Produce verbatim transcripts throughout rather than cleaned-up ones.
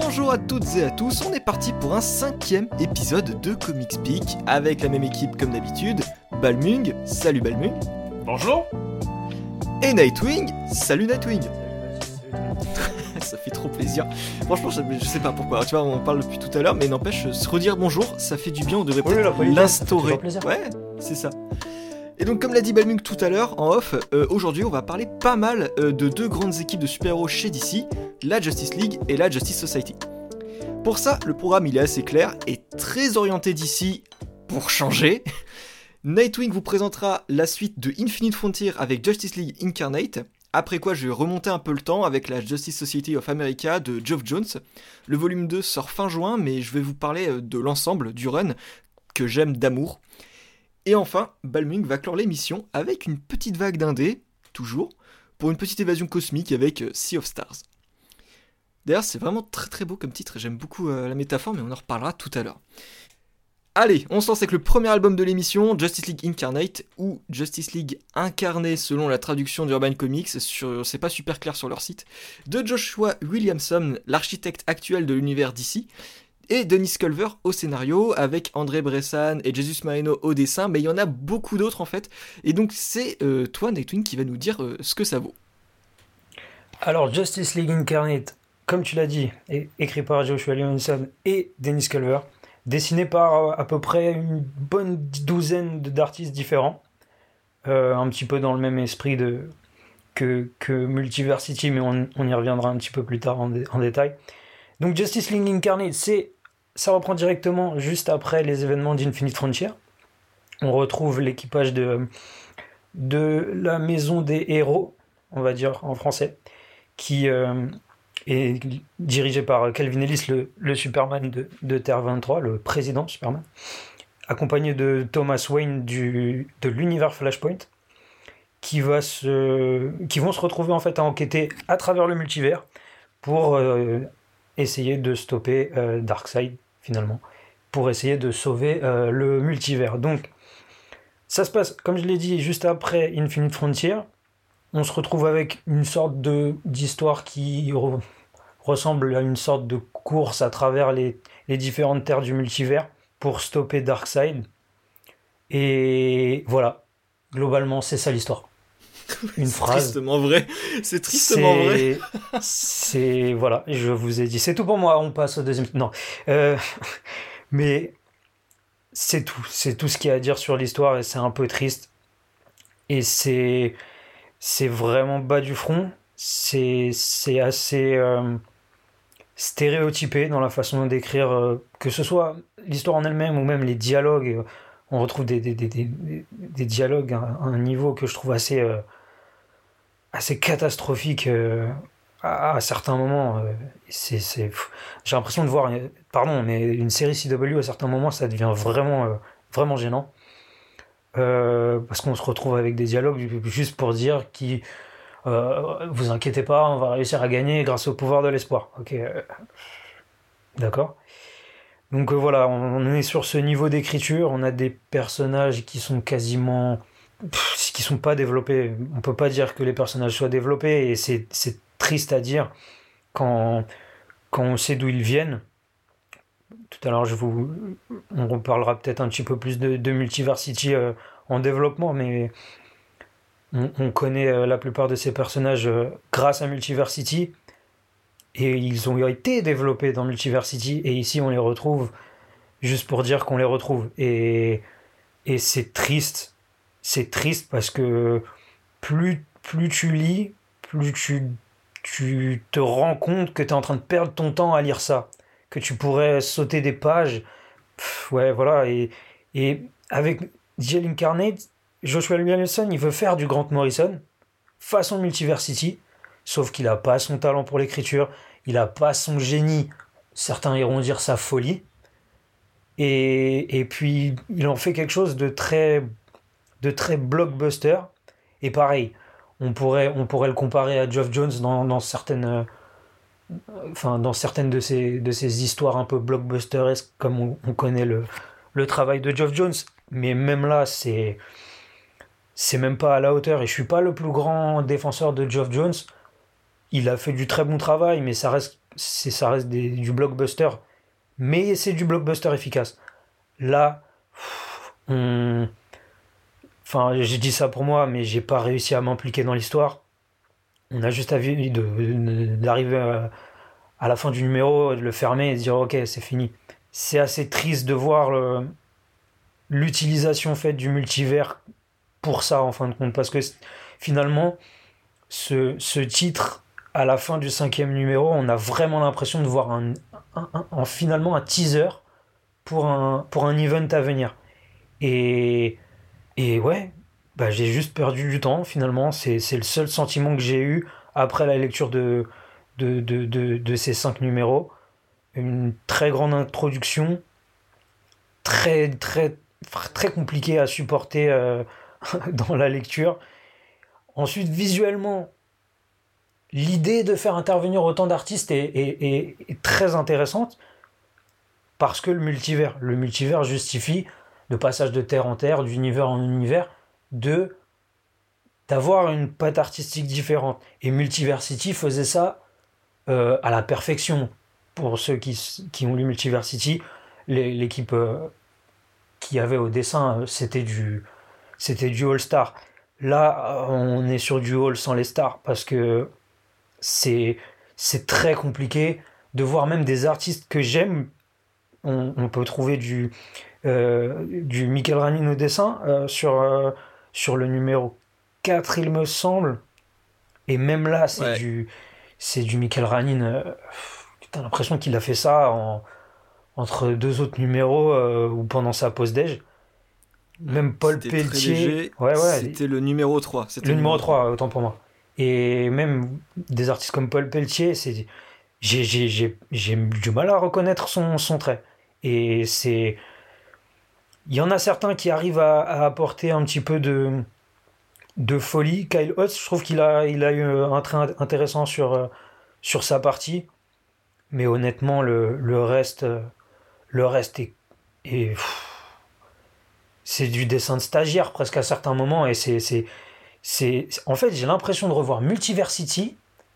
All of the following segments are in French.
Bonjour à toutes et à tous, on est parti pour un cinquième épisode de Comic Speak, avec la même équipe comme d'habitude, Balmung, salut Balmung. Bonjour. Et Nightwing, salut Nightwing. Ça fait trop plaisir. Franchement, je, je sais pas pourquoi, tu vois, on en parle depuis tout à l'heure, mais n'empêche, se redire bonjour, ça fait du bien, on devrait peut-être oui, l'instaurer. Ouais, c'est ça. Et donc comme l'a dit Balmung tout à l'heure, en off, euh, aujourd'hui on va parler pas mal euh, de deux grandes équipes de super-héros chez D C, la Justice League et la Justice Society. Pour ça, le programme il est assez clair et très orienté D C pour changer. Nightwing vous présentera la suite de Infinite Frontier avec Justice League Incarnate, après quoi je vais remonter un peu le temps avec la Justice Society of America de Geoff Johns. Le volume deux sort fin juin, mais je vais vous parler de l'ensemble du run que j'aime d'amour. Et enfin, Balmung va clore l'émission avec une petite vague d'indé, toujours, pour une petite évasion cosmique avec Sea of Stars. D'ailleurs, c'est vraiment très très beau comme titre, j'aime beaucoup euh, la métaphore, mais on en reparlera tout à l'heure. Allez, on se lance avec le premier album de l'émission, Justice League Incarnate, ou Justice League Incarnée selon la traduction d'Urban Comics, sur, c'est pas super clair sur leur site, de Joshua Williamson, l'architecte actuel de l'univers D C, et Dennis Culver au scénario, avec André Bressan et Jesus Marino au dessin, mais il y en a beaucoup d'autres en fait, et donc c'est euh, toi Nightwing qui va nous dire euh, ce que ça vaut. Alors Justice League Incarnate, comme tu l'as dit, est écrit par Joshua Williamson et Dennis Culver, dessiné par euh, à peu près une bonne douzaine d'artistes différents, euh, un petit peu dans le même esprit de, que, que Multiversity, mais on, on y reviendra un petit peu plus tard en, dé, en détail. Donc Justice League Incarnate, c'est ça reprend directement juste après les événements d'Infinite Frontier. On retrouve l'équipage de, de la Maison des Héros, on va dire en français, qui euh, est dirigé par Calvin Ellis, le, le Superman de, de Terre vingt-trois, le président Superman, accompagné de Thomas Wayne du, de l'univers Flashpoint, qui, va se, qui vont se retrouver en fait à enquêter à travers le multivers pour euh, essayer de stopper euh, Darkseid, finalement, pour essayer de sauver euh, le multivers. Donc, ça se passe, comme je l'ai dit, juste après Infinite Frontier. On se retrouve avec une sorte de, d'histoire qui re, ressemble à une sorte de course à travers les, les différentes terres du multivers pour stopper Darkseid. Et voilà, globalement, c'est ça l'histoire. Une c'est phrase. Tristement vrai. C'est tristement c'est, vrai. c'est voilà, je vous ai dit, c'est tout pour moi. On passe au deuxième. Non, euh, mais c'est tout, c'est tout ce qu'il y a à dire sur l'histoire et c'est un peu triste. Et c'est c'est vraiment bas du front. C'est c'est assez euh, stéréotypé dans la façon d'écrire, euh, que ce soit l'histoire en elle-même ou même les dialogues. On retrouve des des des des, des dialogues à un niveau que je trouve assez euh, assez catastrophique euh, à, à certains moments. Euh, c'est, c'est, j'ai l'impression de voir, pardon, mais une série C W à certains moments, ça devient vraiment, euh, vraiment gênant. Euh, parce qu'on se retrouve avec des dialogues juste pour dire qui, euh, vous inquiétez pas, on va réussir à gagner grâce au pouvoir de l'espoir. Ok, euh, d'accord. Donc euh, voilà, on, on est sur ce niveau d'écriture. On a des personnages qui sont quasiment Pff, qui sont pas développés. On peut pas dire que les personnages soient développés et c'est, c'est triste à dire quand, quand on sait d'où ils viennent. Tout à l'heure, je vous, on reparlera peut-être un petit peu plus de, de Multiversity euh, en développement, mais on, on connaît euh, la plupart de ces personnages euh, grâce à Multiversity et ils ont été développés dans Multiversity et ici on les retrouve juste pour dire qu'on les retrouve et, et c'est triste. C'est triste parce que plus, plus tu lis, plus tu, tu te rends compte que tu es en train de perdre ton temps à lire ça. Que tu pourrais sauter des pages. Pff, ouais, voilà. Et, et avec J L Incarnate, Joshua Williamson, il veut faire du Grant Morrison, façon Multiversity, sauf qu'il n'a pas son talent pour l'écriture, il n'a pas son génie, certains iront dire sa folie. Et, et puis, il en fait quelque chose de très... de très blockbuster, et pareil, on pourrait, on pourrait le comparer à Geoff Johns dans, dans certaines, euh, enfin, dans certaines de ces, de ces histoires un peu blockbusteresques, comme on, on connaît le, le travail de Geoff Johns, mais même là, c'est, c'est même pas à la hauteur, et je suis pas le plus grand défenseur de Geoff Johns, il a fait du très bon travail, mais ça reste c'est, ça reste des- du blockbuster, mais c'est du blockbuster efficace. Là, on... enfin, j'ai dit ça pour moi, mais j'ai pas réussi à m'impliquer dans l'histoire. On a juste envie de, de- d'arriver à, à la fin du numéro, de le fermer et de dire ok, c'est fini. C'est assez triste de voir le- l'utilisation faite du multivers pour ça en fin de compte, parce que finalement, ce, ce titre, à la fin du cinquième numéro, on a vraiment l'impression de voir un, un- un- un- finalement un teaser pour un, pour un event à venir. Et, et ouais, bah, j'ai juste perdu du temps finalement. C'est, c'est le seul sentiment que j'ai eu après la lecture de, de, de, de, de ces cinq numéros. Une très grande introduction, très, très, très compliquée à supporter euh, dans la lecture. Ensuite, visuellement, l'idée de faire intervenir autant d'artistes est, est- est- est très intéressante parce que le multivers, le multivers justifie le passage de terre en terre, d'univers en univers, de d'avoir une patte artistique différente. Et Multiversity faisait ça euh, à la perfection. Pour ceux qui, qui ont lu Multiversity, les- l'équipe euh, qui avait au dessin, euh, c'était du, c'était du All-Star. Là, euh, on est sur du All sans les stars parce que c'est, c'est très compliqué de voir même des artistes que j'aime. On, on peut trouver du, euh, du Michael Ranin au dessin euh, sur, euh, sur le numéro quatre il me semble. Et même là, c'est Ouais, du, c'est du Michael Ranin. Euh, t'as l'impression qu'il a fait ça en, entre deux autres numéros euh, ou pendant sa pause déj. Même Paul c'était très Pelletier. léger. Ouais, ouais, C'était le numéro trois. C'était le le numéro numéro trois. trois autant pour moi. Et même des artistes comme Paul Pelletier, c'est, j'ai, j'ai, j'ai, j'ai du mal à reconnaître son, son trait. Et c'est. Il y en a certains qui arrivent à, à apporter un petit peu de, de folie. Kyle Hotz, je trouve qu'il a, il a eu un trait intéressant sur, euh, sur sa partie. Mais honnêtement, le, le reste, euh, le reste est, est- pff, c'est du dessin de stagiaire presque à certains moments. Et c'est, c'est, c'est, en fait, j'ai l'impression de revoir Multiversity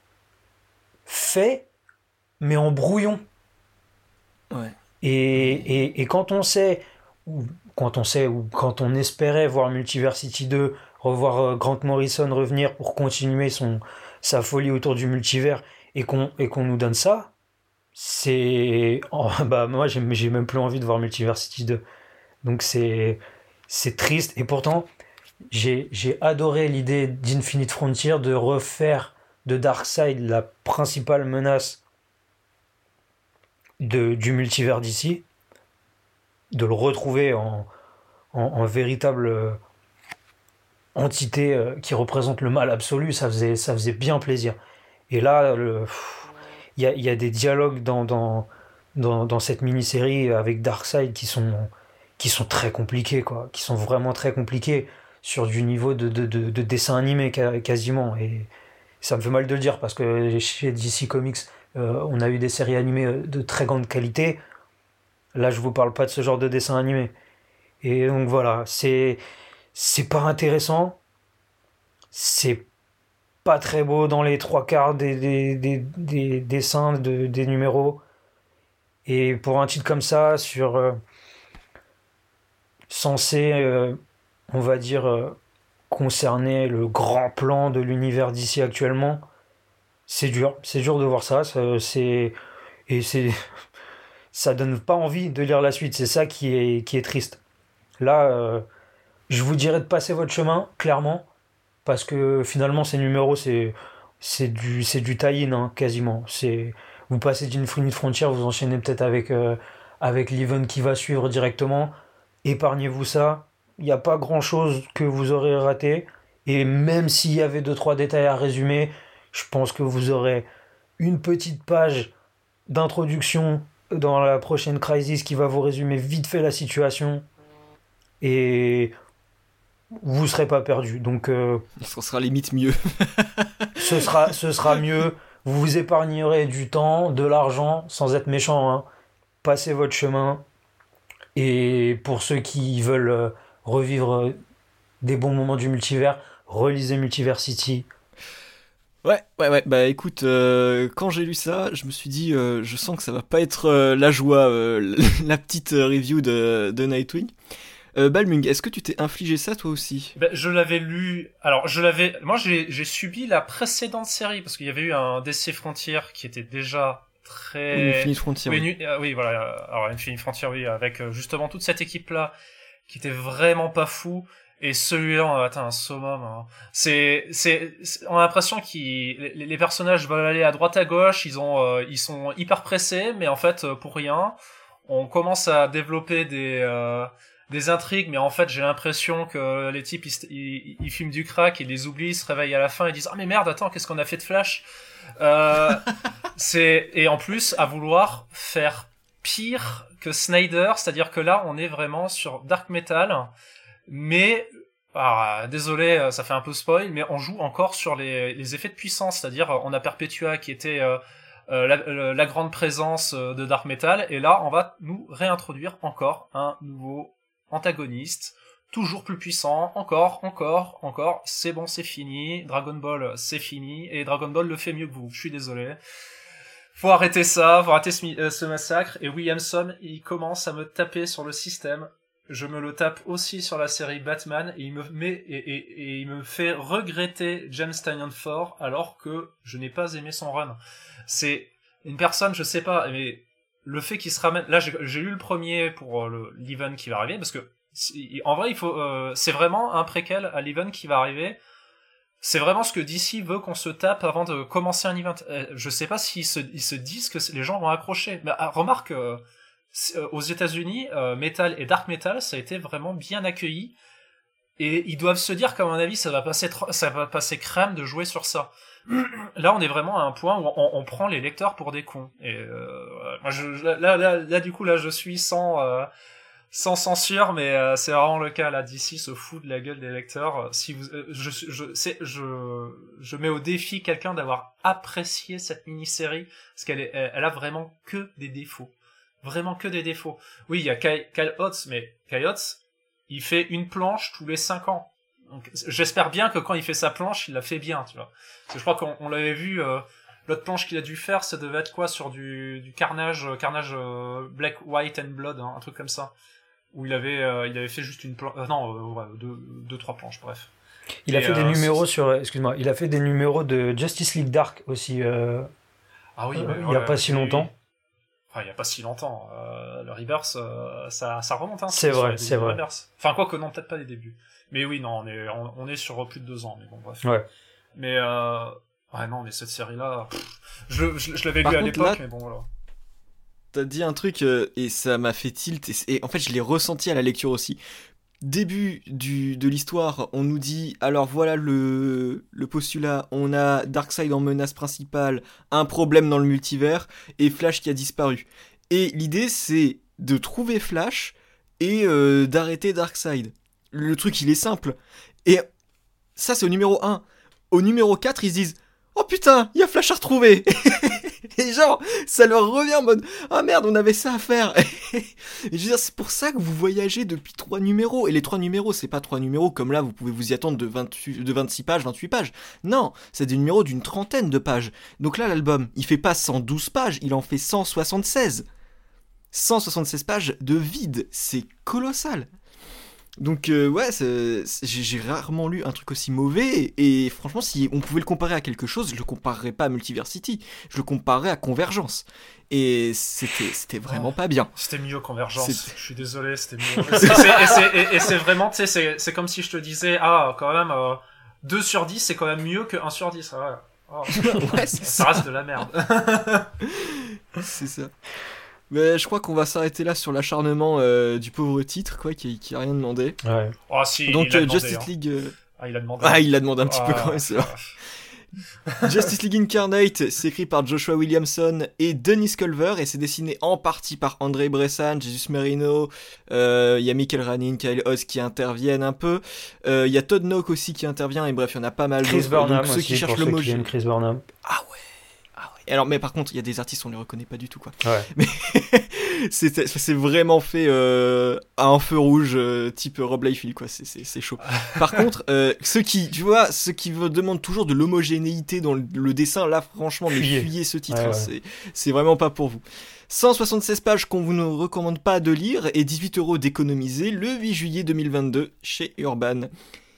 fait, mais en brouillon. Ouais. Et, Mais et, et quand on sait, ou quand on sait, ou quand on espérait voir Multiversity deux, revoir euh, Grant Morrison revenir pour continuer son, sa folie autour du multivers, et qu'on, et qu'on nous donne ça, c'est. Oh, bah, moi, j'ai, j'ai même plus envie de voir Multiversity deux. Donc c'est, c'est triste. Et pourtant, j'ai, j'ai adoré l'idée d'Infinite Frontier de refaire de Darkseid la principale menace de, du multivers d'ici, de le retrouver en, en, en véritable euh, entité euh, qui représente le mal absolu, ça faisait, ça faisait bien plaisir. Et là, il y a, y a des dialogues dans, dans, dans, dans cette mini-série avec Darkseid qui sont, qui sont très compliqués, quoi, qui sont vraiment très compliqués sur du niveau de, de, de, de dessin animé quasiment. Et ça me fait mal de le dire parce que chez D C Comics, euh, on a eu des séries animées euh, de très grande qualité. Là, je vous parle pas de ce genre de dessin animé. Et donc voilà, c'est c'est pas intéressant, c'est pas très beau dans les trois quarts des, des, des, des dessins de, des numéros. Et pour un titre comme ça, sur euh, censé, euh, on va dire, euh, concerner le grand plan de l'univers d'ici actuellement, c'est dur. C'est dur de voir ça. ça c'est, et c'est, ça donne pas envie de lire la suite. C'est ça qui est, qui est triste. Là, euh, je vous dirais de passer votre chemin, clairement. Parce que finalement, ces numéros, c'est, c'est du, c'est du tie-in, hein, quasiment. C'est, vous passez d'une frontière, vous enchaînez peut-être avec, euh, avec l'event qui va suivre directement. Épargnez-vous ça. Il n'y a pas grand-chose que vous aurez raté. Et même s'il y avait deux trois détails à résumer, je pense que vous aurez une petite page d'introduction dans la prochaine Crisis qui va vous résumer vite fait la situation. Et vous ne serez pas perdu. Donc, euh, ça sera limite mieux. ce sera, ce sera mieux. Vous vous épargnerez du temps, de l'argent, sans être méchant, hein. Passez votre chemin. Et pour ceux qui veulent euh, revivre euh, des bons moments du multivers, relisez Multiversity. Ouais, ouais, ouais. Bah écoute, euh, quand j'ai lu ça, je me suis dit, euh, je sens que ça va pas être euh, la joie, euh, la petite euh, review de, de Nightwing. Euh, Balmung, est-ce que tu t'es infligé ça toi aussi? Ben, je l'avais lu. Alors, je l'avais. Moi, j'ai, j'ai subi la précédente série parce qu'il y avait eu un D C Frontier qui était déjà très. Oui, Infinite Frontier. Oui, Oui, nu- euh, oui, voilà. Alors, Infinite Frontier, oui, avec euh, justement toute cette équipe-là qui était vraiment pas fou. Et celui-là, on a atteint un summum. Hein. C'est, c'est, c'est- on a l'impression qu'ils, les, les personnages veulent aller à droite à gauche. Ils ont, euh, ils sont hyper pressés, mais en fait, euh, pour rien. On commence à développer des. Euh, des intrigues, mais en fait j'ai l'impression que les types ils, ils, ils fument du crack, ils les oublient, ils se réveillent à la fin et disent ah mais merde attends qu'est-ce qu'on a fait de Flash euh, c'est et en plus à vouloir faire pire que Snyder, c'est-à-dire que là on est vraiment sur Dark Metal, mais ah, désolé ça fait un peu spoil, mais on joue encore sur les, les effets de puissance, c'est-à-dire on a Perpetua qui était euh, euh, la, euh, la grande présence de Dark Metal, et là on va nous réintroduire encore un nouveau antagoniste, toujours plus puissant, encore, encore, encore, c'est bon, c'est fini, Dragon Ball, c'est fini, et Dragon Ball le fait mieux que vous, je suis désolé. Faut arrêter ça, faut arrêter ce, euh, ce massacre, et Williamson, il commence à me taper sur le système, je me le tape aussi sur la série Batman, et il me met, et, et, et il me fait regretter James Tynion Ford, alors que je n'ai pas aimé son run. C'est une personne, je sais pas, mais le fait qu'il se ramène, là j'ai, j'ai lu le premier pour euh, le l'event qui va arriver, parce que en vrai il faut, euh, c'est vraiment un préquel à l'event qui va arriver. C'est vraiment ce que D C veut qu'on se tape avant de commencer un event. Euh, je sais pas s'ils se, ils se disent que les gens vont accrocher. Mais ah, remarque, euh, aux États-Unis, euh, Metal et Dark Metal, ça a été vraiment bien accueilli. Et ils doivent se dire qu'à mon avis, ça va passer, ça va passer crème de jouer sur ça. Là, on est vraiment à un point où on, on prend les lecteurs pour des cons. Et euh, moi, je, là, là, là, là, du coup, là, je suis sans, euh, sans censure, mais euh, c'est vraiment le cas. Là, D C se fout de la gueule des lecteurs. Si vous, euh, je, je, c'est, je, je mets au défi quelqu'un d'avoir apprécié cette mini-série, parce qu'elle est, elle, elle a vraiment que des défauts, vraiment que des défauts. Oui, il y a Kyle, Kyle Hotz, mais Kyle Hotz, il fait une planche tous les cinq ans. Donc, j'espère bien que quand il fait sa planche, il la fait bien, tu vois. Parce que je crois qu'on on l'avait vu, euh, l'autre planche qu'il a dû faire, ça devait être quoi, sur du, du carnage, euh, carnage euh, Black, White and Blood, hein, un truc comme ça. Où il avait, euh, il avait fait juste une planche, euh, non, euh, ouais, deux, deux, trois planches, bref. Il a Et, fait euh, des numéros c'est... sur, excuse-moi, il a fait des numéros de Justice League Dark aussi, euh, ah oui, euh, bah, il y ouais, a pas si longtemps. Enfin, il y a pas si longtemps. Euh, le Rebirth, euh, ça, ça remonte un peu. C'est vrai, c'est vrai. Enfin, quoi que non, peut-être pas les débuts. Mais oui, non, on est, on, on est sur plus de deux ans, mais bon, bref. Ouais. Mais, euh, ouais, non, mais cette série-là, pff, je, je, je l'avais Par lu à contre, l'époque, là, mais bon, voilà. t'as dit un truc euh, et ça m'a fait tilt, et, et en fait je l'ai ressenti à la lecture aussi. Début du, de l'histoire, on nous dit, alors voilà le, le postulat, on a Darkseid en menace principale, un problème dans le multivers, et Flash qui a disparu. Et l'idée c'est de trouver Flash et euh, d'arrêter Darkseid. Le truc il est simple. Et ça c'est au numéro un. Au numéro quatre ils se disent, oh putain, il y a Flash à retrouver. Et genre, ça leur revient en mode, ah merde, on avait ça à faire. Et je veux dire, c'est pour ça que vous voyagez depuis trois numéros. Et les trois numéros, c'est pas trois numéros comme là, vous pouvez vous y attendre de, vingt-huit, de vingt-six pages, vingt-huit pages. Non, c'est des numéros d'une trentaine de pages. Donc là, l'album, il fait pas cent douze pages, il en fait cent soixante-seize. cent soixante-seize pages de vide, c'est colossal. Donc euh, ouais, c'est, c'est, j'ai, j'ai rarement lu un truc aussi mauvais, et, et franchement si on pouvait le comparer à quelque chose, je le comparerais pas à Multiversity, je le comparerais à Convergence, et c'était, c'était vraiment pas bien. C'était mieux Convergence, C'était... je suis désolé, c'était mieux. et, c'est, et, c'est, et, et c'est vraiment, tu sais, c'est, c'est comme si je te disais, ah quand même, euh, deux sur dix c'est quand même mieux que un sur dix, ouais. Oh, ouais, c'est ça, ça reste de la merde. C'est ça. Mais je crois qu'on va s'arrêter là sur l'acharnement euh, du pauvre titre, quoi, qui, qui a rien demandé. Ouais. Oh, si, donc il a euh, demandé, Justice hein. League. Euh... Ah, il a demandé. Ah, il l'a demandé un petit ah, peu quand même, c'est vrai. Justice League Incarnate, c'est écrit par Joshua Williamson et Dennis Culver, et c'est dessiné en partie par André Bressan, Jesus Merino, il euh, y a Michael Ranin, Kyle Oz qui interviennent un peu, il euh, y a Todd Nauck aussi qui intervient, et bref, il y en a pas mal Chris d'autres. Burnham Donc ceux aussi, qui cherchent pour le ceux mot. qui aiment Chris Burnham. Ah ouais. Alors, mais par contre, il y a des artistes, on les reconnaît pas du tout, quoi. Ouais. Mais c'est, c'est vraiment fait euh, à un feu rouge euh, type Rob Liefeld, quoi. C'est, c'est, c'est chaud. Par contre, euh, ceux qui, tu vois, ceux qui me demandent toujours de l'homogénéité dans le, le dessin, là, franchement, mais Fuyez. fuyez ce titre. Ouais, hein, ouais. c'est, c'est vraiment pas pour vous. cent soixante-seize pages qu'on vous ne recommande pas de lire et dix-huit euros d'économiser le huit juillet deux mille vingt-deux chez Urban.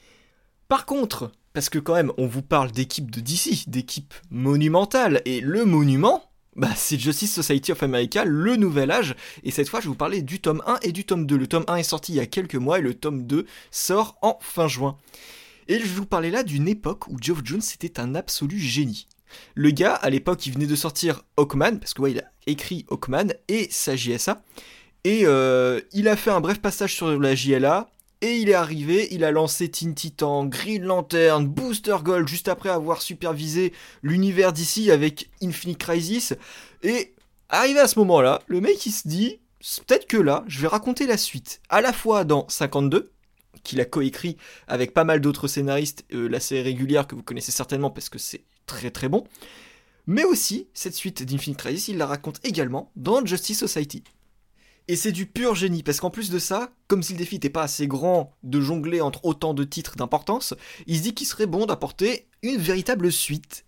Par contre, parce que quand même, on vous parle d'équipe de D C, d'équipe monumentale, et le monument, bah, c'est Justice Society of America, le nouvel âge, et cette fois je vais vous parler du tome un et du tome deux. Le tome un est sorti il y a quelques mois et le tome deux sort en fin juin. Et je vais vous parler là d'une époque où Geoff Johns était un absolu génie. Le gars, à l'époque, il venait de sortir Hawkman, parce que ouais, il a écrit Hawkman et sa J S A, et euh, il a fait un bref passage sur la J L A, et il est arrivé, il a lancé Teen Titan, Green Lantern, Booster Gold, juste après avoir supervisé l'univers d'ici avec Infinite Crisis. Et arrivé à ce moment-là, le mec il se dit, peut-être que là, je vais raconter la suite. À la fois dans cinquante-deux, qu'il a coécrit avec pas mal d'autres scénaristes, euh, la série régulière que vous connaissez certainement parce que c'est très très bon. Mais aussi, cette suite d'Infinite Crisis, il la raconte également dans Justice Society. Et c'est du pur génie, parce qu'en plus de ça, comme si le défi n'était pas assez grand de jongler entre autant de titres d'importance, il se dit qu'il serait bon d'apporter une véritable suite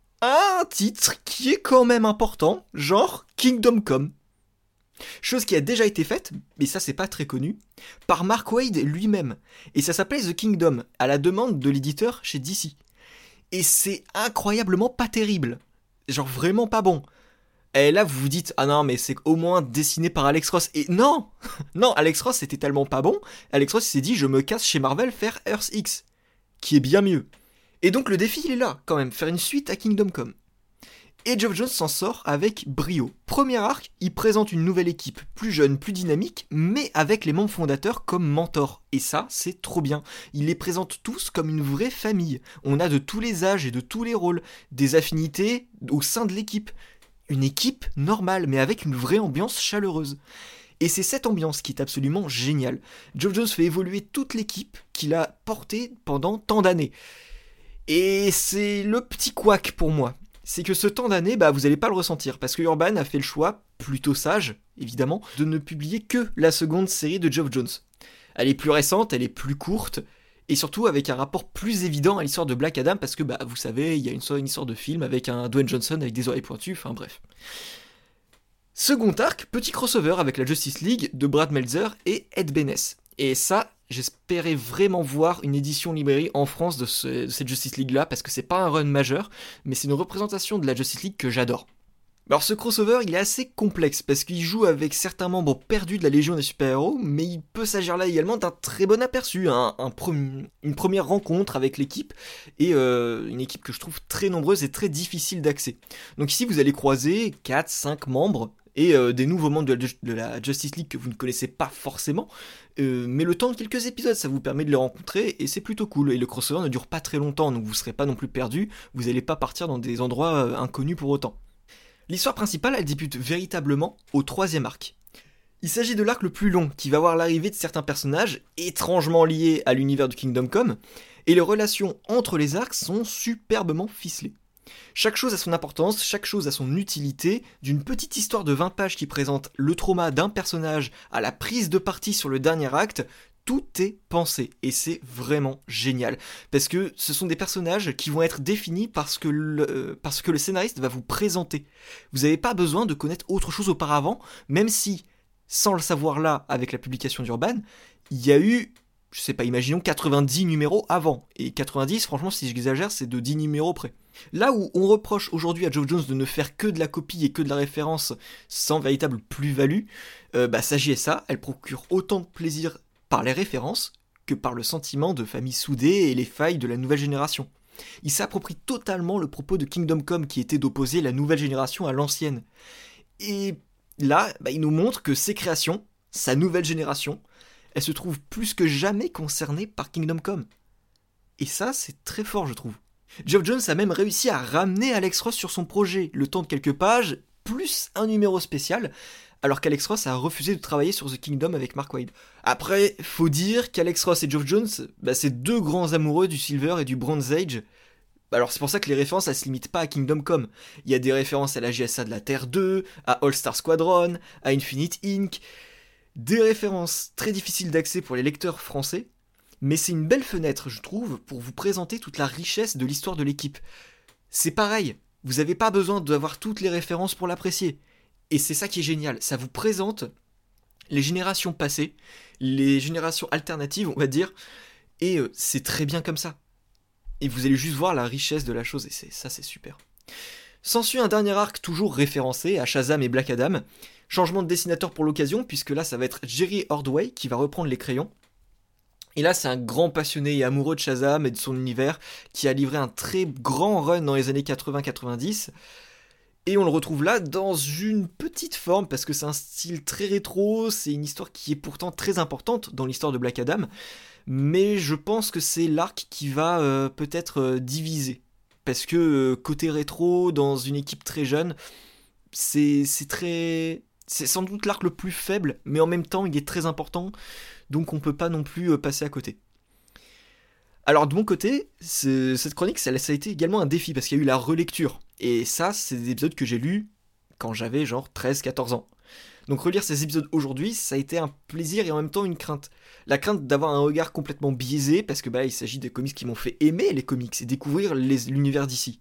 à un titre qui est quand même important, genre Kingdom Come. Chose qui a déjà été faite, mais ça c'est pas très connu, par Mark Waid lui-même. Et ça s'appelait The Kingdom, à la demande de l'éditeur chez D C. Et c'est incroyablement pas terrible. Genre vraiment pas bon. Et là, vous vous dites, ah non, mais c'est au moins dessiné par Alex Ross. Et non, non, Alex Ross, c'était tellement pas bon. Alex Ross s'est dit, je me casse chez Marvel faire Earth X, qui est bien mieux. Et donc le défi, il est là, quand même, faire une suite à Kingdom Come. Et Geoff Johns s'en sort avec brio. Premier arc, il présente une nouvelle équipe, plus jeune, plus dynamique, mais avec les membres fondateurs comme mentors. Et ça, c'est trop bien. Il les présente tous comme une vraie famille. On a de tous les âges et de tous les rôles, des affinités au sein de l'équipe. Une équipe normale, mais avec une vraie ambiance chaleureuse. Et c'est cette ambiance qui est absolument géniale. Geoff Johns fait évoluer toute l'équipe qu'il a portée pendant tant d'années. Et c'est le petit couac pour moi. C'est que ce temps d'années, bah, vous n'allez pas le ressentir, parce que Urban a fait le choix, plutôt sage, évidemment, de ne publier que la seconde série de Geoff Johns. Elle est plus récente, elle est plus courte, et surtout avec un rapport plus évident à l'histoire de Black Adam, parce que bah vous savez, il y a une, une histoire de film avec un Dwayne Johnson avec des oreilles pointues, enfin bref. Second arc, petit crossover avec la Justice League de Brad Meltzer et Ed Benes. Et ça, j'espérais vraiment voir une édition librairie en France de, ce, de cette Justice League là, parce que c'est pas un run majeur, mais c'est une représentation de la Justice League que j'adore. Alors ce crossover, il est assez complexe, parce qu'il joue avec certains membres perdus de la Légion des super-héros, mais il peut s'agir là également d'un très bon aperçu, un, un pre- une première rencontre avec l'équipe, et euh, une équipe que je trouve très nombreuse et très difficile d'accès. Donc ici, vous allez croiser quatre cinq membres, et euh, des nouveaux membres de la, de la Justice League que vous ne connaissez pas forcément, euh, mais le temps de quelques épisodes, ça vous permet de les rencontrer, et c'est plutôt cool. Et le crossover ne dure pas très longtemps, donc vous ne serez pas non plus perdu, vous n'allez pas partir dans des endroits euh, inconnus pour autant. L'histoire principale, elle débute véritablement au troisième arc. Il s'agit de l'arc le plus long, qui va voir l'arrivée de certains personnages étrangement liés à l'univers du Kingdom Come, et les relations entre les arcs sont superbement ficelées. Chaque chose a son importance, chaque chose a son utilité, d'une petite histoire de vingt pages qui présente le trauma d'un personnage à la prise de parti sur le dernier acte, tout est pensé, et c'est vraiment génial, parce que ce sont des personnages qui vont être définis parce que le, parce que le scénariste va vous présenter. Vous n'avez pas besoin de connaître autre chose auparavant, même si, sans le savoir là, avec la publication d'Urban, il y a eu, je sais pas, imaginons quatre-vingt-dix numéros avant, et quatre-vingt-dix, franchement, si j'exagère, c'est de dix numéros près. Là où on reproche aujourd'hui à Geoff Johns de ne faire que de la copie et que de la référence sans véritable plus-value, euh, bah sa J S A, elle procure autant de plaisir par les références que par le sentiment de famille soudée et les failles de la nouvelle génération. Il s'approprie totalement le propos de Kingdom Come qui était d'opposer la nouvelle génération à l'ancienne. Et là, bah, il nous montre que ses créations, sa nouvelle génération, elle se trouve plus que jamais concernée par Kingdom Come. Et ça, c'est très fort, je trouve. Geoff Johns a même réussi à ramener Alex Ross sur son projet, le temps de quelques pages, plus un numéro spécial, alors qu'Alex Ross a refusé de travailler sur The Kingdom avec Mark Waid. Après, faut dire qu'Alex Ross et Geoff Johns, bah, c'est deux grands amoureux du Silver et du Bronze Age, Alors c'est pour ça que les références, elles se limitent pas à Kingdom Come. Il y a des références à la J S A de la Terre deux, à All Star Squadron, à Infinite Inc. Des références très difficiles d'accès pour les lecteurs français, mais c'est une belle fenêtre, je trouve, pour vous présenter toute la richesse de l'histoire de l'équipe. C'est pareil, vous n'avez pas besoin d'avoir toutes les références pour l'apprécier. Et c'est ça qui est génial, ça vous présente les générations passées, les générations alternatives, on va dire, et euh, c'est très bien comme ça. Et vous allez juste voir la richesse de la chose, et c'est, ça c'est super. S'ensuit un dernier arc toujours référencé à Shazam et Black Adam. Changement de dessinateur pour l'occasion, puisque là ça va être Jerry Ordway qui va reprendre les crayons. Et là c'est un grand passionné et amoureux de Shazam et de son univers, qui a livré un très grand run dans les années quatre-vingts quatre-vingt-dix. Et on le retrouve là dans une petite forme, parce que c'est un style très rétro, c'est une histoire qui est pourtant très importante dans l'histoire de Black Adam. Mais je pense que c'est l'arc qui va euh, peut-être euh, diviser. Parce que euh, côté rétro, dans une équipe très jeune, c'est, c'est très... C'est sans doute l'arc le plus faible, mais en même temps il est très important, donc on peut pas non plus euh, passer à côté. Alors de mon côté, cette chronique, ça, ça a été également un défi, parce qu'il y a eu la relecture. Et ça, c'est des épisodes que j'ai lus quand j'avais genre treize quatorze ans. Donc relire ces épisodes aujourd'hui, ça a été un plaisir et en même temps une crainte. La crainte d'avoir un regard complètement biaisé, parce que bah, il s'agit des comics qui m'ont fait aimer les comics et découvrir les, l'univers d'ici.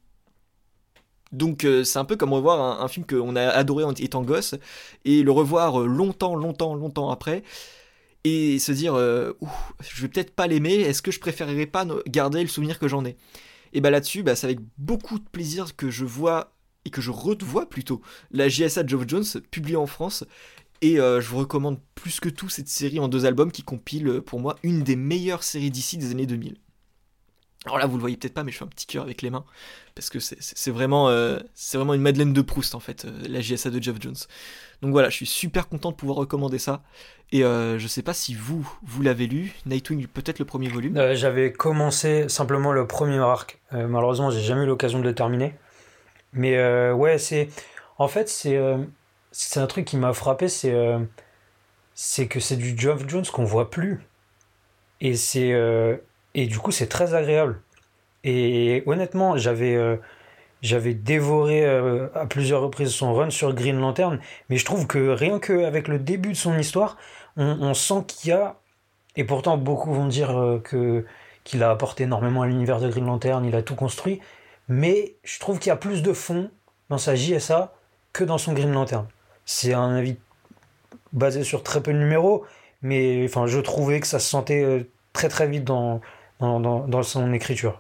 Donc euh, c'est un peu comme revoir un, un film qu'on a adoré en étant gosse, et le revoir euh, longtemps, longtemps, longtemps après, et se dire, euh, je vais peut-être pas l'aimer, est-ce que je préférerais pas garder le souvenir que j'en ai ? Et bah là-dessus, bah, c'est avec beaucoup de plaisir que je vois, et que je revois plutôt, la J S A de Geoff Jones, publiée en France. Et euh, je vous recommande plus que tout cette série en deux albums qui compile pour moi une des meilleures séries d'ici des années deux mille. Alors là vous le voyez peut-être pas, mais je fais un petit cœur avec les mains, parce que c'est, c'est, c'est, vraiment, euh, c'est vraiment une Madeleine de Proust en fait, euh, la J S A de Geoff Jones. Donc voilà, je suis super content de pouvoir recommander ça. Et euh, je sais pas si vous, vous l'avez lu, Nightwing peut-être le premier volume. Euh, j'avais commencé simplement le premier arc, euh, malheureusement j'ai jamais eu l'occasion de le terminer. Mais euh, ouais, c'est... En fait, c'est, euh, c'est un truc qui m'a frappé, c'est, euh, c'est que c'est du Geoff Jones qu'on voit plus. Et, c'est, euh, et du coup, c'est très agréable. Et honnêtement, j'avais, euh, j'avais dévoré euh, à plusieurs reprises son run sur Green Lantern, mais je trouve que rien qu'avec le début de son histoire, on, on sent qu'il y a... Et pourtant, beaucoup vont dire euh, que, qu'il a apporté énormément à l'univers de Green Lantern, il a tout construit. Mais je trouve qu'il y a plus de fond dans sa J S A que dans son Green Lantern. C'est un avis basé sur très peu de numéros, mais enfin, je trouvais que ça se sentait très très vite dans, dans, dans, dans son écriture.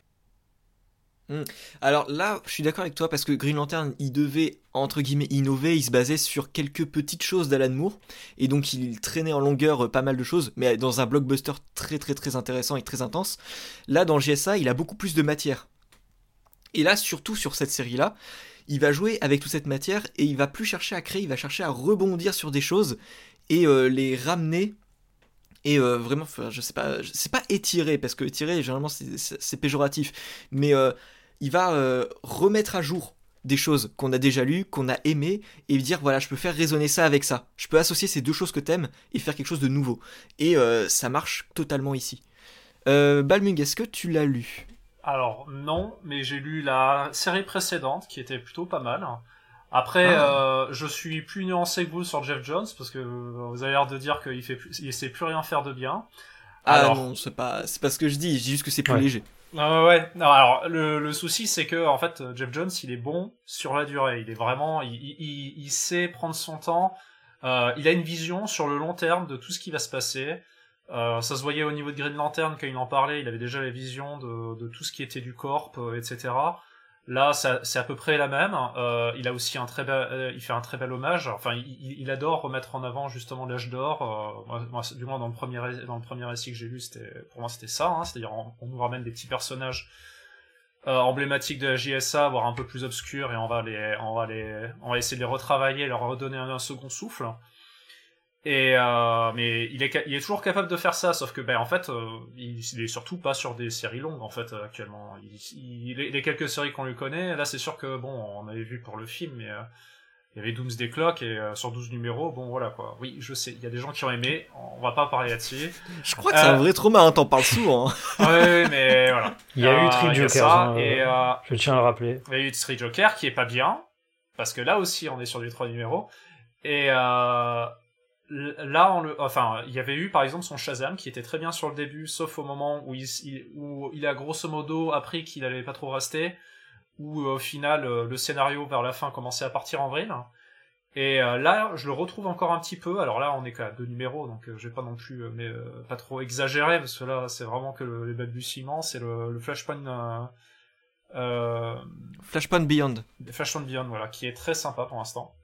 Mmh. Alors là, je suis d'accord avec toi, parce que Green Lantern, il devait, entre guillemets, innover, il se basait sur quelques petites choses d'Alan Moore, et donc il traînait en longueur pas mal de choses, mais dans un blockbuster très très très intéressant et très intense. Là, dans J S A, il a beaucoup plus de matière. Et là, surtout sur cette série-là, il va jouer avec toute cette matière et il va plus chercher à créer, il va chercher à rebondir sur des choses et euh, les ramener. Et euh, vraiment, je sais pas, c'est pas étirer, parce que étirer, généralement, c'est, c'est, c'est péjoratif. Mais euh, il va euh, remettre à jour des choses qu'on a déjà lues, qu'on a aimées, et dire, voilà, je peux faire résonner ça avec ça. Je peux associer ces deux choses que t'aimes et faire quelque chose de nouveau. Et euh, ça marche totalement ici. Euh, Balmung, est-ce que tu l'as lu ? Alors non, mais j'ai lu la série précédente qui était plutôt pas mal. Après, Ah. euh, je suis plus nuancé que vous sur Geoff Jones parce que vous avez l'air de dire qu'il fait plus, il sait plus rien faire de bien. Ah Alors, non, c'est pas, c'est pas ce que je dis, je dis juste que c'est plus Ouais. léger. euh, ouais. Non, alors le, le souci c'est que en fait, Geoff Jones, il est bon sur la durée. Il est vraiment, il, il, il sait prendre son temps. Euh, il a une vision sur le long terme de tout ce qui va se passer. Euh, ça se voyait au niveau de Green Lantern quand il en parlait, il avait déjà la vision de, de tout ce qui était du corp, euh, et cetera. Là, ça, c'est à peu près la même. Euh, il a aussi un très bel, euh, il fait un très bel hommage. Enfin, il, il adore remettre en avant justement l'âge d'or. Euh, moi, moi, du moins dans le premier, dans le premier récit que j'ai lu, c'était, pour moi, c'était ça. Hein, c'est-à-dire, on, on nous ramène des petits personnages euh, emblématiques de la J S A, voire un peu plus obscurs, et on va les, on va les, on va essayer de les retravailler, leur redonner un, un second souffle. Et euh, mais il est, il est toujours capable de faire ça, sauf que ben en fait, euh, il, il est surtout pas sur des séries longues en fait actuellement. Il, il, les, les quelques séries qu'on lui connaît, là c'est sûr que bon, on avait vu pour le film, mais euh, il y avait Doomsday Clock et euh, sur douze numéros, bon voilà quoi. Oui, je sais, il y a des gens qui ont aimé, on va pas parler là-dessus. Je crois que c'est euh... un vrai trauma, hein, t'en parles souvent. Hein. Oui, mais voilà. Il y a euh, eu Three Jokers, hein, et, euh, je tiens à le rappeler. Il y a eu Three Jokers qui est pas bien, parce que là aussi on est sur du trois numéros. Et euh, là, on le, enfin, il y avait eu par exemple son Shazam qui était très bien sur le début, sauf au moment où il, il, où il a grosso modo appris qu'il allait pas trop rester, où au final le scénario vers la fin commençait à partir en vrille. Et euh, là, je le retrouve encore un petit peu. Alors là, on est qu'à deux numéros, donc euh, je vais pas non plus, euh, mais euh, pas trop exagérer, parce que là, c'est vraiment que le, les balbutiements, c'est le, le Flashpoint. Euh, euh, Flashpoint Beyond. Flashpoint Beyond, voilà, qui est très sympa pour l'instant.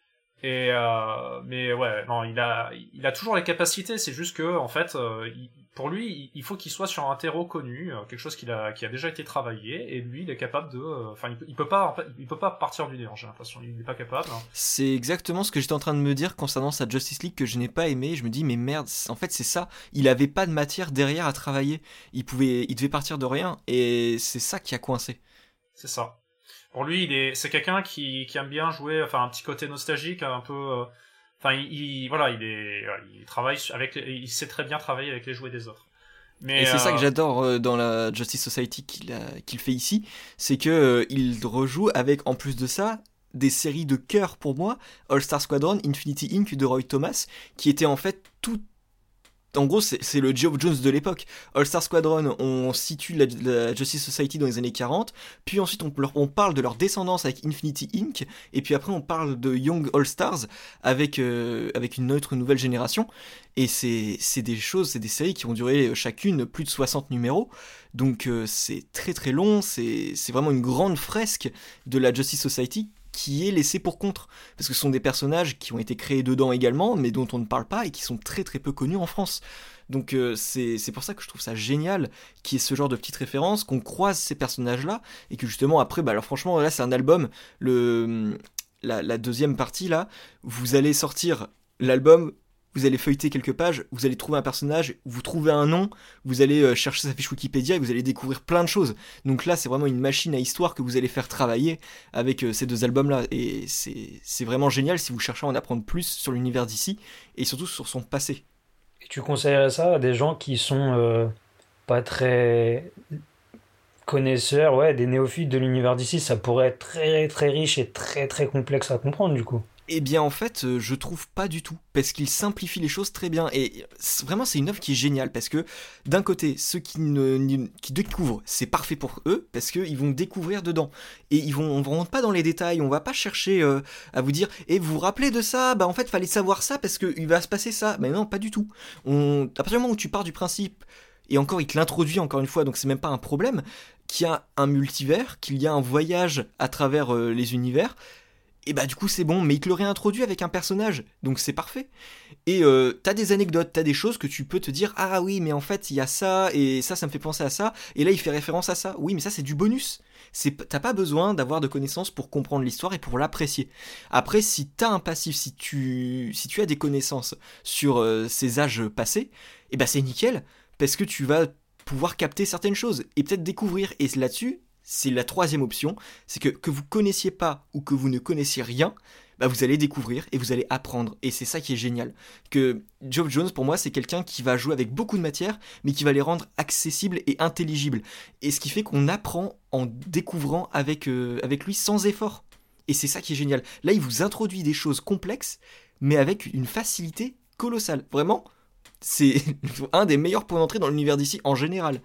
Et euh, mais ouais, non, il a, il a toujours les capacités. C'est juste que, en fait, euh, il, pour lui, il faut qu'il soit sur un terreau connu, quelque chose qu'il a, qui a déjà été travaillé, et lui, il est capable de, enfin, il, il peut pas, en fait, il peut pas partir du néant. J'ai l'impression, il n'est pas capable. Hein. C'est exactement ce que j'étais en train de me dire concernant sa Justice League que je n'ai pas aimé. Je me dis, mais merde, en fait, c'est ça. Il avait pas de matière derrière à travailler. Il pouvait, il devait partir de rien, et c'est ça qui a coincé. C'est ça. Pour lui, il est, c'est quelqu'un qui, qui aime bien jouer, enfin, un petit côté nostalgique, un peu. Euh, Enfin, il, il, voilà, il est, il travaille avec, il sait très bien travailler avec les jouets des autres. Mais et c'est euh... ça que j'adore dans la Justice Society qu'il, a, qu'il fait ici, c'est que euh, il rejoue avec, en plus de ça, des séries de cœur pour moi, All Star Squadron, Infinity Incorporated de Roy Thomas, qui était en fait tout. En gros, c'est, c'est le Geoff Jones de l'époque. All Star Squadron, on situe la, la Justice Society dans les années quarante, puis ensuite on, leur, on parle de leur descendance avec Infinity Incorporated, et puis après on parle de Young All Stars avec, euh, avec une autre nouvelle génération, et c'est, c'est des choses, c'est des séries qui ont duré chacune plus de soixante numéros, donc euh, c'est très très long, c'est, c'est vraiment une grande fresque de la Justice Society, qui est laissé pour contre, parce que ce sont des personnages qui ont été créés dedans également, mais dont on ne parle pas et qui sont très très peu connus en France. Donc euh, c'est, c'est pour ça que je trouve ça génial qu'il y ait ce genre de petites références, qu'on croise ces personnages-là, et que justement après, bah alors franchement là c'est un album, le, la, la deuxième partie là, vous allez sortir l'album, vous allez feuilleter quelques pages, vous allez trouver un personnage, vous trouvez un nom, vous allez euh, chercher sa fiche Wikipédia et vous allez découvrir plein de choses. Donc là, c'est vraiment une machine à histoire que vous allez faire travailler avec euh, ces deux albums-là. Et c'est, c'est vraiment génial si vous cherchez à en apprendre plus sur l'univers d'ici et surtout sur son passé. Et tu conseillerais ça à des gens qui sont euh, pas très connaisseurs, ouais, des néophytes de l'univers d'ici? Ça pourrait être très très riche et très très complexe à comprendre du coup. Eh bien en fait, euh, je trouve pas du tout, parce qu'il simplifie les choses très bien, et c'est, vraiment c'est une œuvre qui est géniale, parce que d'un côté, ceux qui, ne, qui découvrent, c'est parfait pour eux, parce qu'ils vont découvrir dedans, et ils vont, on ne rentre pas dans les détails, on va pas chercher euh, à vous dire, et vous vous rappelez de ça, bah en fait fallait savoir ça, parce qu'il va se passer ça, mais non, pas du tout. On, à partir du moment où tu pars du principe, et encore il te l'introduit encore une fois, donc c'est même pas un problème, qu'il y a un multivers, qu'il y a un voyage à travers euh, les univers, et bah du coup c'est bon, mais il te le réintroduit avec un personnage, donc c'est parfait. Et euh, t'as des anecdotes, t'as des choses que tu peux te dire, ah oui mais en fait il y a ça, et ça ça me fait penser à ça, et là il fait référence à ça, oui mais ça c'est du bonus. C'est, t'as pas besoin d'avoir de connaissances pour comprendre l'histoire et pour l'apprécier. Après si t'as un passif, si tu, si tu as des connaissances sur euh, ces âges passés, et bah c'est nickel, parce que tu vas pouvoir capter certaines choses, et peut-être découvrir, et là-dessus, c'est la troisième option, c'est que que vous connaissiez pas ou que vous ne connaissiez rien, bah vous allez découvrir et vous allez apprendre. Et c'est ça qui est génial. Que Geoff Jones, pour moi, c'est quelqu'un qui va jouer avec beaucoup de matière, mais qui va les rendre accessibles et intelligibles. Et ce qui fait qu'on apprend en découvrant avec, euh, avec lui sans effort. Et c'est ça qui est génial. Là, il vous introduit des choses complexes, mais avec une facilité colossale. Vraiment, c'est un des meilleurs points d'entrée dans l'univers d'ici en général.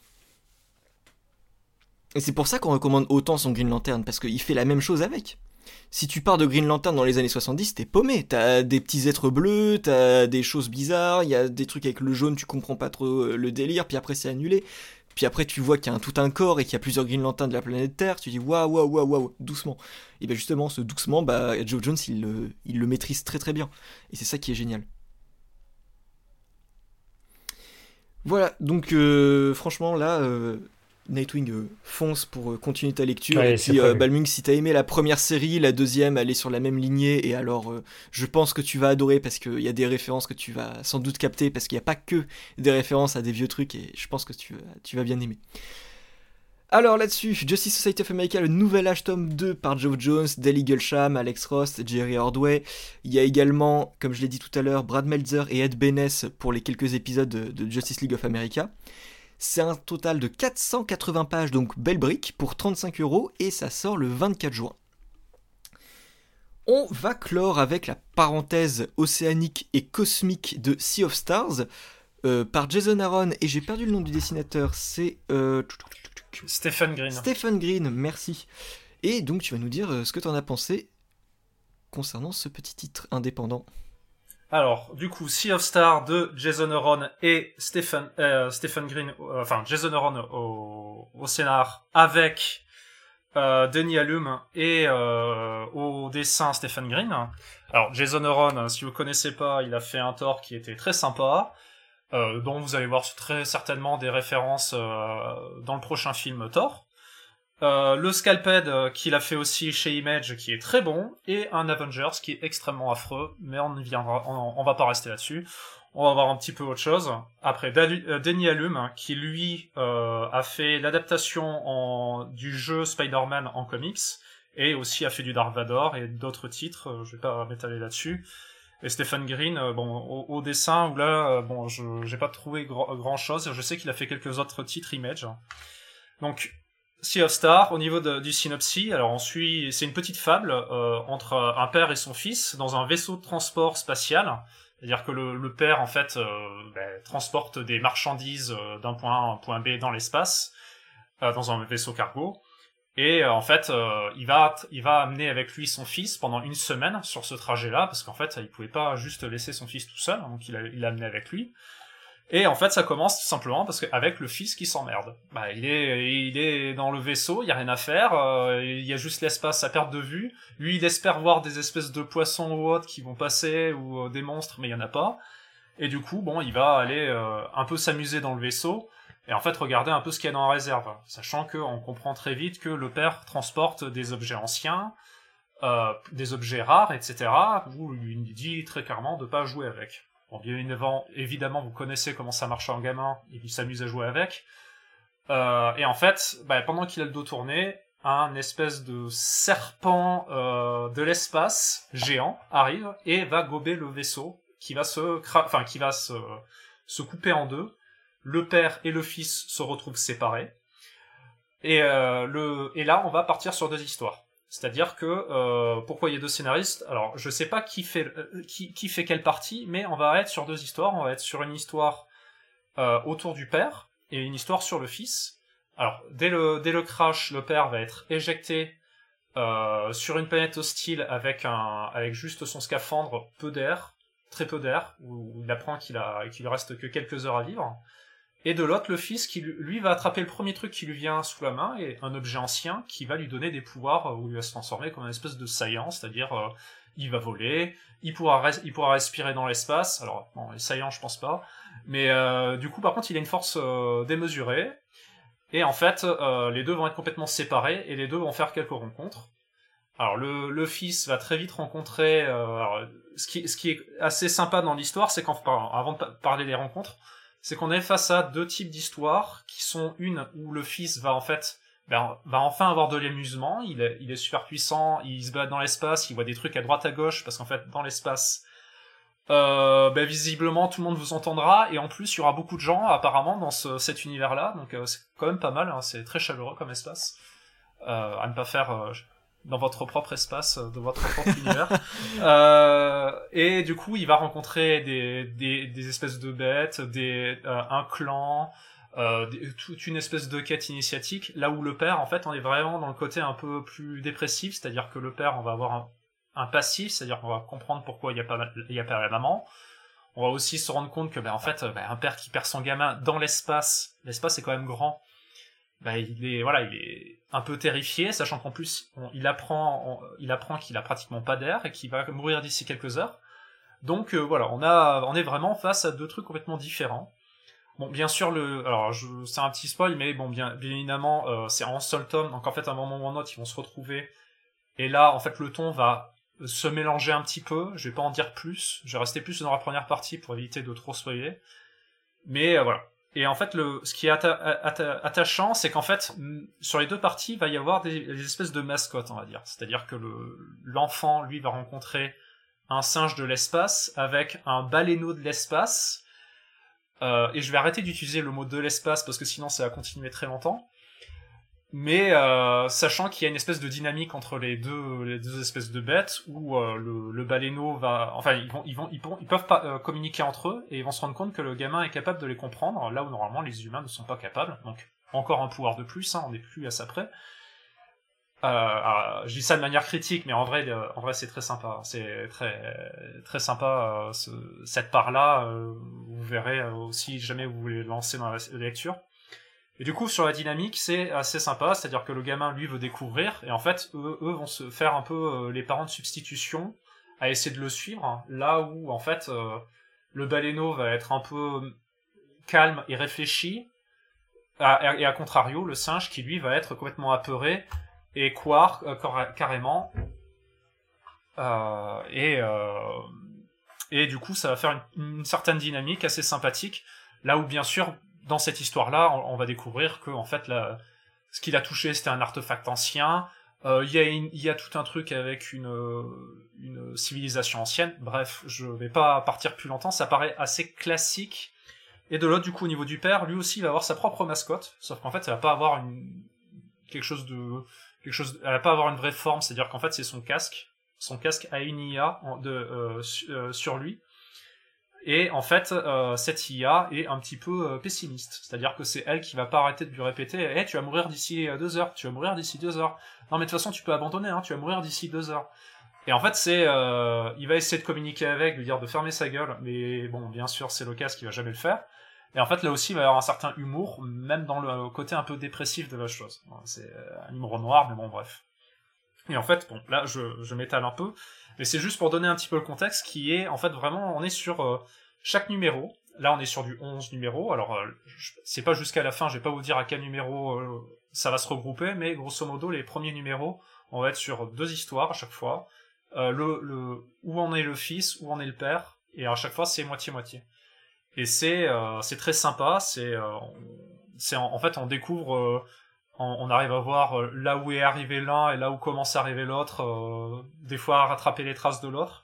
Et c'est pour ça qu'on recommande autant son Green Lantern, parce qu'il fait la même chose avec. Si tu pars de Green Lantern dans les années soixante-dix, t'es paumé. T'as des petits êtres bleus, t'as des choses bizarres, il y a des trucs avec le jaune, tu comprends pas trop le délire, puis après c'est annulé. Puis après tu vois qu'il y a un, tout un corps et qu'il y a plusieurs Green Lanterns de la planète Terre, tu dis waouh, waouh, waouh, waouh, doucement. Et bien justement, ce doucement, bah, Geoff Jones, il le, il le maîtrise très très bien. Et c'est ça qui est génial. Voilà, donc euh, franchement là... Euh, Nightwing, euh, fonce pour euh, continuer ta lecture. Ouais, et puis euh, Balmung, si t'as aimé la première série, la deuxième, elle est sur la même lignée. Et alors, euh, je pense que tu vas adorer parce qu'il y a des références que tu vas sans doute capter. Parce qu'il n'y a pas que des références à des vieux trucs. Et je pense que tu, tu vas bien aimer. Alors là-dessus, Justice Society of America, le nouvel âge tome deux par Geoff Jones, Dale Eaglesham, Alex Ross, Jerry Ordway. Il y a également, comme je l'ai dit tout à l'heure, Brad Meltzer et Ed Benes pour les quelques épisodes de, de Justice League of America. C'est un total de quatre cent quatre-vingts pages, donc belle brique, pour trente-cinq euros, et ça sort le vingt-quatre juin. On va clore avec la parenthèse océanique et cosmique de Sea of Stars, euh, par Jason Aaron, et j'ai perdu le nom du dessinateur, c'est... Euh... Stephen Green. Stephen Green, merci. Et donc tu vas nous dire euh, ce que tu en as pensé concernant ce petit titre indépendant. Alors, du coup, Sea of Stars de Jason Aaron et Stephen, euh, Stephen Green, euh, enfin Jason Aaron au, au scénar avec euh, Denny Halum et euh, au dessin Stephen Green. Alors, Jason Aaron, si vous connaissez pas, il a fait un Thor qui était très sympa. Euh, dont vous allez voir très certainement des références euh, dans le prochain film Thor. Euh, le Scalped euh, qu'il a fait aussi chez Image qui est très bon, et un Avengers qui est extrêmement affreux, mais on y viendra, on, on va pas rester là-dessus. On va voir un petit peu autre chose. Après, Denny Halum qui lui euh, a fait l'adaptation en, du jeu Spider-Man en comics, et aussi a fait du Dark Vador et d'autres titres, euh, je vais pas m'étaler là-dessus. Et Stephen Green, euh, bon, au, au dessin, où là, euh, bon, je j'ai pas trouvé gr- grand chose. Je sais qu'il a fait quelques autres titres Image. Donc, Sea of Stars, au niveau de, du synopsis, alors on suit, c'est une petite fable euh, entre un père et son fils dans un vaisseau de transport spatial. C'est-à-dire que le, le père, en fait, euh, ben, transporte des marchandises euh, d'un point A à un point B dans l'espace, euh, dans un vaisseau cargo. Et euh, en fait, euh, il va il va amener avec lui son fils pendant une semaine sur ce trajet-là, parce qu'en fait, il pouvait pas juste laisser son fils tout seul, donc il l'a il l'a amené avec lui. Et en fait, ça commence tout simplement parce qu'avec le fils qui s'emmerde. Bah, il est il est dans le vaisseau, il y a rien à faire, euh, il y a juste l'espace à perte de vue. Lui, il espère voir des espèces de poissons ou autres qui vont passer, ou euh, des monstres, mais il y en a pas. Et du coup, bon, il va aller euh, un peu s'amuser dans le vaisseau. Et en fait, regardez un peu ce qu'il y a dans la réserve, sachant qu'on comprend très vite que le père transporte des objets anciens, euh, des objets rares, et cetera, où il lui dit très clairement de pas jouer avec. Bon, bien évidemment, évidemment, vous connaissez comment ça marche en gamin, et il s'amuse à jouer avec. Euh, et en fait, bah, pendant qu'il a le dos tourné, un espèce de serpent euh, de l'espace géant arrive et va gober le vaisseau, qui va se, cra- enfin, qui va se, se couper en deux. Le père et le fils se retrouvent séparés. Et, euh, le... et là, on va partir sur deux histoires. C'est-à-dire que, euh, pourquoi il y a deux scénaristes? Alors, je sais pas qui fait, euh, qui, qui fait quelle partie, mais on va être sur deux histoires. On va être sur une histoire euh, autour du père et une histoire sur le fils. Alors, dès le, dès le crash, le père va être éjecté euh, sur une planète hostile avec, un, avec juste son scaphandre, peu d'air, très peu d'air, où il apprend qu'il a, qu'il lui reste que quelques heures à vivre. Et de l'autre, le fils qui, lui, va attraper le premier truc qui lui vient sous la main, et un objet ancien qui va lui donner des pouvoirs, où il va se transformer comme une espèce de saillant, c'est-à-dire, euh, il va voler, il pourra, res- il pourra respirer dans l'espace, alors, bon, les saillants, je pense pas, mais euh, du coup, par contre, il a une force euh, démesurée, et en fait, euh, les deux vont être complètement séparés, et les deux vont faire quelques rencontres. Alors, le, le fils va très vite rencontrer, euh, alors, ce qui, ce qui est assez sympa dans l'histoire, c'est qu'avant de pa- parler des rencontres, c'est qu'on est face à deux types d'histoires qui sont une où le fils va en fait ben, va enfin avoir de l'amusement, il est, il est super puissant, il se balade dans l'espace, il voit des trucs à droite à gauche parce qu'en fait dans l'espace euh, ben, visiblement tout le monde vous entendra, et en plus il y aura beaucoup de gens apparemment dans ce, cet univers là, donc euh, c'est quand même pas mal, hein, c'est très chaleureux comme espace, euh, à ne pas faire euh, dans votre propre espace, de votre propre univers. Euh, et du coup, il va rencontrer des, des, des espèces de bêtes, des, euh, un clan, euh, des, toute une espèce de quête initiatique, là où le père, en fait, on est vraiment dans le côté un peu plus dépressif, c'est-à-dire que le père, on va avoir un, un passif, c'est-à-dire qu'on va comprendre pourquoi il n'y a pas, il y a pas la maman. On va aussi se rendre compte que, ben, en fait, ben, un père qui perd son gamin dans l'espace, l'espace est quand même grand, bah, il est voilà, il est un peu terrifié, sachant qu'en plus on, il apprend on, il apprend qu'il a pratiquement pas d'air et qu'il va mourir d'ici quelques heures. Donc euh, voilà, on a on est vraiment face à deux trucs complètement différents. Bon, bien sûr le alors je, c'est un petit spoil, mais bon bien bien évidemment euh, c'est en seul tome, donc en fait à un moment ou un autre ils vont se retrouver, et là en fait le ton va se mélanger un petit peu. Je vais pas en dire plus, je vais rester plus dans la première partie pour éviter de trop spoiler. Mais euh, voilà. Et en fait, le, ce qui est atta- atta- attachant, c'est qu'en fait, sur les deux parties, il va y avoir des, des espèces de mascottes, on va dire. C'est-à-dire que le, l'enfant, lui, va rencontrer un singe de l'espace avec un baleineau de l'espace. Euh, et je vais arrêter d'utiliser le mot de l'espace parce que sinon ça va continuer très longtemps. Mais euh, sachant qu'il y a une espèce de dynamique entre les deux, les deux espèces de bêtes où euh, le, le baleineau va, enfin ils vont, ils vont, ils, vont, ils peuvent pas euh, communiquer entre eux et ils vont se rendre compte que le gamin est capable de les comprendre là où normalement les humains ne sont pas capables. Donc encore un pouvoir de plus, hein, on n'est plus à ça près. Euh, alors, je dis ça de manière critique, mais en vrai, euh, en vrai c'est très sympa. C'est très très sympa euh, ce, cette part-là. Euh, vous verrez euh, si jamais vous voulez lancer dans la lecture. Et du coup, sur la dynamique, c'est assez sympa, c'est-à-dire que le gamin, lui, veut découvrir, et en fait, eux, eux vont se faire un peu euh, les parents de substitution, à essayer de le suivre, hein, là où, en fait, euh, le baleineau va être un peu calme et réfléchi, à, et à contrario, le singe, qui, lui, va être complètement apeuré, et couard, euh, carrément, euh, et, euh, et du coup, ça va faire une, une certaine dynamique assez sympathique, là où, bien sûr, dans cette histoire-là, on, on va découvrir que en fait, la, ce qu'il a touché, c'était un artefact ancien. Il euh, y, y a tout un truc avec une, une civilisation ancienne. Bref, je vais pas partir plus longtemps. Ça paraît assez classique. Et de l'autre, du coup, au niveau du père, lui aussi, il va avoir sa propre mascotte. Sauf qu'en fait, elle va pas avoir une quelque chose de quelque chose. Elle va pas avoir une vraie forme. C'est-à-dire qu'en fait, c'est son casque. Son casque a une I A de, euh, euh, sur lui. Et en fait, euh, cette I A est un petit peu euh, pessimiste. C'est-à-dire que c'est elle qui va pas arrêter de lui répéter « Eh, hey, tu vas mourir d'ici euh, deux heures, tu vas mourir d'ici deux heures. Non mais de toute façon, tu peux abandonner, hein, tu vas mourir d'ici deux heures. » Et en fait, c'est... Euh, il va essayer de communiquer avec, lui dire de fermer sa gueule, mais bon, bien sûr, c'est le cas, qui va jamais le faire. Et en fait, là aussi, il va y avoir un certain humour, même dans le côté un peu dépressif de la chose. C'est un humour noir, mais bon, bref. Et en fait, bon, là, je, je m'étale un peu, mais c'est juste pour donner un petit peu le contexte, qui est, en fait, vraiment, on est sur euh, chaque numéro. Là, on est sur du onze numéros. Alors, euh, je, c'est pas jusqu'à la fin, je vais pas vous dire à quel numéro euh, ça va se regrouper, mais grosso modo, les premiers numéros, on va être sur deux histoires à chaque fois. Euh, le, le, où en est le fils, où en est le père, et à chaque fois, c'est moitié-moitié. Et c'est, euh, c'est très sympa, c'est, euh, c'est en, en fait, on découvre... Euh, on arrive à voir là où est arrivé l'un et là où commence à arriver l'autre, euh, des fois à rattraper les traces de l'autre.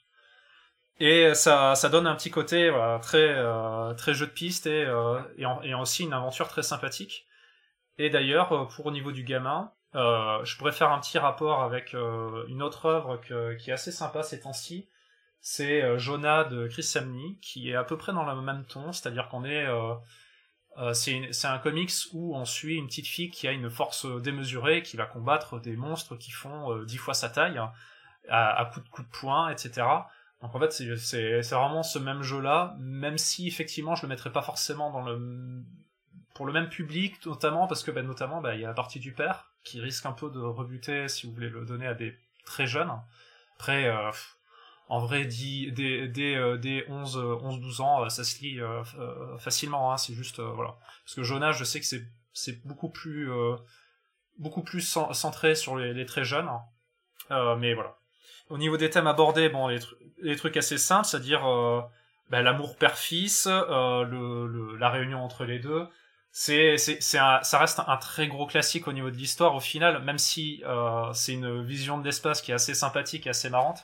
Et ça, ça donne un petit côté voilà, très, euh, très jeu de piste et, euh, et, en, et aussi une aventure très sympathique. Et d'ailleurs, pour au niveau du gamin, euh, je pourrais faire un petit rapport avec euh, une autre œuvre que, qui est assez sympa ces temps-ci. C'est euh, Jonah de Chris Samney, qui est à peu près dans le même ton, c'est-à-dire qu'on est... Euh, Euh, c'est, une, c'est un comics où on suit une petite fille qui a une force démesurée, qui va combattre des monstres qui font euh, dix fois sa taille, à, à coups de coups de poing, et cetera. Donc en fait, c'est, c'est, c'est vraiment ce même jeu-là, même si effectivement je le mettrais pas forcément dans le pour le même public, notamment parce que ben, notamment ben, il y a la partie du père qui risque un peu de rebuter si vous voulez le donner à des très jeunes. Après. Euh, En vrai, dès, dès, dès, euh, dès onze douze ans, euh, ça se lit euh, euh, facilement, hein, c'est juste, euh, voilà. Parce que Jonah, je sais que c'est, c'est beaucoup plus, euh, beaucoup plus centré sur les, les très jeunes, euh, mais voilà. Au niveau des thèmes abordés, bon, les, tr- les trucs assez simples, c'est-à-dire euh, bah, l'amour père-fils, euh, le, le, la réunion entre les deux, c'est, c'est, c'est un, ça reste un, un très gros classique au niveau de l'histoire, au final, même si euh, c'est une vision de l'espace qui est assez sympathique et assez marrante.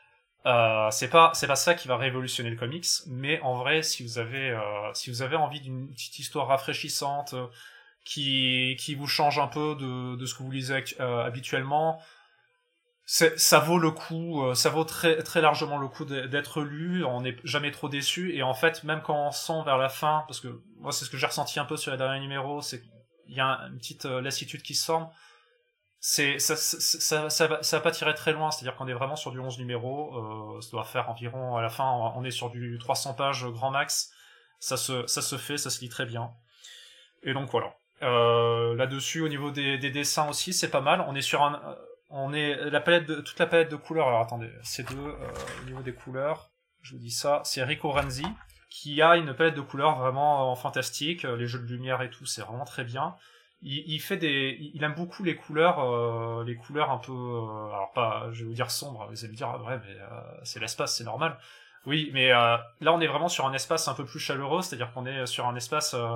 Euh, c'est pas c'est pas ça qui va révolutionner le comics, mais en vrai, si vous avez euh, si vous avez envie d'une petite histoire rafraîchissante euh, qui qui vous change un peu de de ce que vous lisez actu- euh, habituellement, c'est, ça vaut le coup, euh, ça vaut très très largement le coup d'être lu. On n'est jamais trop déçu, et en fait, même quand on sent vers la fin, parce que moi c'est ce que j'ai ressenti un peu sur les derniers numéros, c'est qu'il y a une petite euh, lassitude qui se forme. C'est, ça, ça, ça, ça, va, ça va pas tirer très loin, c'est-à-dire qu'on est vraiment sur du onze numéros, euh, ça doit faire environ, à la fin, on est sur du trois cents pages grand max, ça se, ça se fait, ça se lit très bien. Et donc voilà. Euh, là-dessus, au niveau des, des dessins aussi, c'est pas mal, on est sur un, on est, la palette de, toute la palette de couleurs, alors attendez, c'est deux, euh, au niveau des couleurs, je vous dis ça, c'est Rico Renzi, qui a une palette de couleurs vraiment euh, fantastique, les jeux de lumière et tout, c'est vraiment très bien. Il, il fait des, il aime beaucoup les couleurs, euh, les couleurs un peu, euh, alors pas, je vais vous dire sombre, vous allez me dire, ah, ouais, mais euh, c'est l'espace, c'est normal. Oui, mais euh, là on est vraiment sur un espace un peu plus chaleureux, c'est-à-dire qu'on est sur un espace, euh,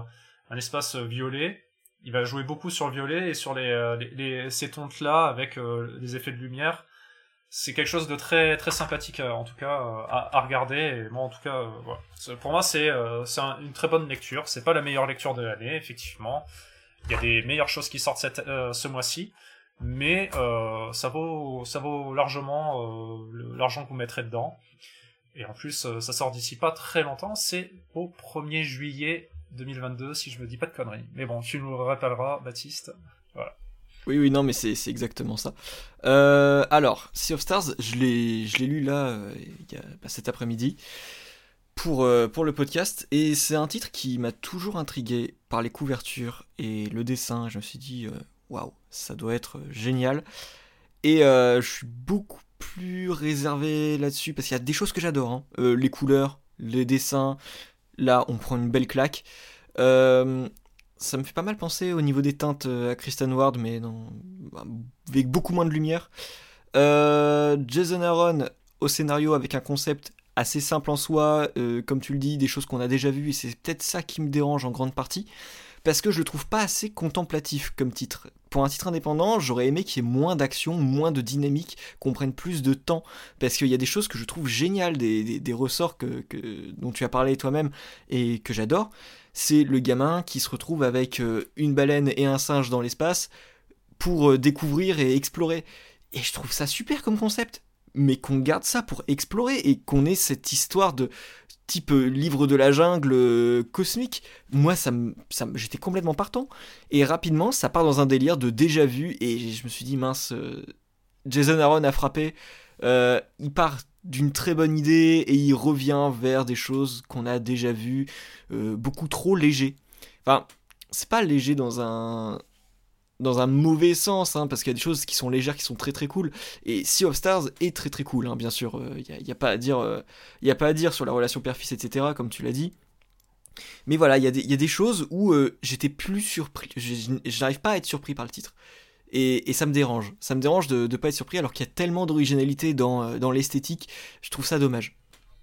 un espace violet. Il va jouer beaucoup sur le violet et sur les, euh, les, les ces tontes-là avec euh, des effets de lumière. C'est quelque chose de très très sympathique euh, en tout cas euh, à, à regarder. Et moi en tout cas, euh, voilà. C'est, pour moi c'est euh, c'est un, une très bonne lecture. C'est pas la meilleure lecture de l'année effectivement. Il y a des meilleures choses qui sortent cette, euh, ce mois-ci, mais euh, ça vaut ça vaut largement euh, le, l'argent que vous mettrez dedans. Et en plus, euh, ça sort d'ici pas très longtemps. C'est au premier juillet deux mille vingt-deux, si je me dis pas de conneries. Mais bon, tu nous le rappelleras, Baptiste. Voilà. Oui, oui, non, mais c'est, c'est exactement ça. Euh, alors, Sea of Stars, je l'ai, je l'ai lu là, euh, il y a, bah, cet après-midi, pour, euh, pour le podcast, et c'est un titre qui m'a toujours intrigué par les couvertures et le dessin. Je me suis dit, waouh, wow, ça doit être génial. Et euh, je suis beaucoup plus réservé là-dessus, parce qu'il y a des choses que j'adore, hein. euh, les couleurs, les dessins, là, on prend une belle claque. Euh... Ça me fait pas mal penser au niveau des teintes à Kristen Ward, mais non, avec beaucoup moins de lumière. Euh, Jason Aaron au scénario avec un concept assez simple en soi, euh, comme tu le dis, des choses qu'on a déjà vues, et c'est peut-être ça qui me dérange en grande partie, parce que je le trouve pas assez contemplatif comme titre. Pour un titre indépendant, j'aurais aimé qu'il y ait moins d'action, moins de dynamique, qu'on prenne plus de temps, parce qu'il y a des choses que je trouve géniales, des, des, des ressorts que, que, dont tu as parlé toi-même, et que j'adore. C'est le gamin qui se retrouve avec euh, une baleine et un singe dans l'espace pour euh, découvrir et explorer. Et je trouve ça super comme concept, mais qu'on garde ça pour explorer et qu'on ait cette histoire de type euh, livre de la jungle euh, cosmique. Moi, ça me, ça me, j'étais complètement partant. Et rapidement, ça part dans un délire de déjà vu et je me suis dit, mince, euh, Jason Aaron a frappé. Euh, il part d'une très bonne idée et il revient vers des choses qu'on a déjà vues, euh, beaucoup trop léger. Enfin, c'est pas léger dans un dans un mauvais sens, hein, parce qu'il y a des choses qui sont légères, qui sont très très cool. Et Sea of Stars est très très cool, hein, bien sûr. Il euh, y, y a pas à dire, il euh, y a pas à dire sur la relation père-fils, et cetera. Comme tu l'as dit. Mais voilà, il y, y a des choses où euh, j'étais plus surpris. Je, je, je n'arrive pas à être surpris par le titre. Et, et ça me dérange. Ça me dérange de ne pas être surpris alors qu'il y a tellement d'originalité dans, dans l'esthétique. Je trouve ça dommage.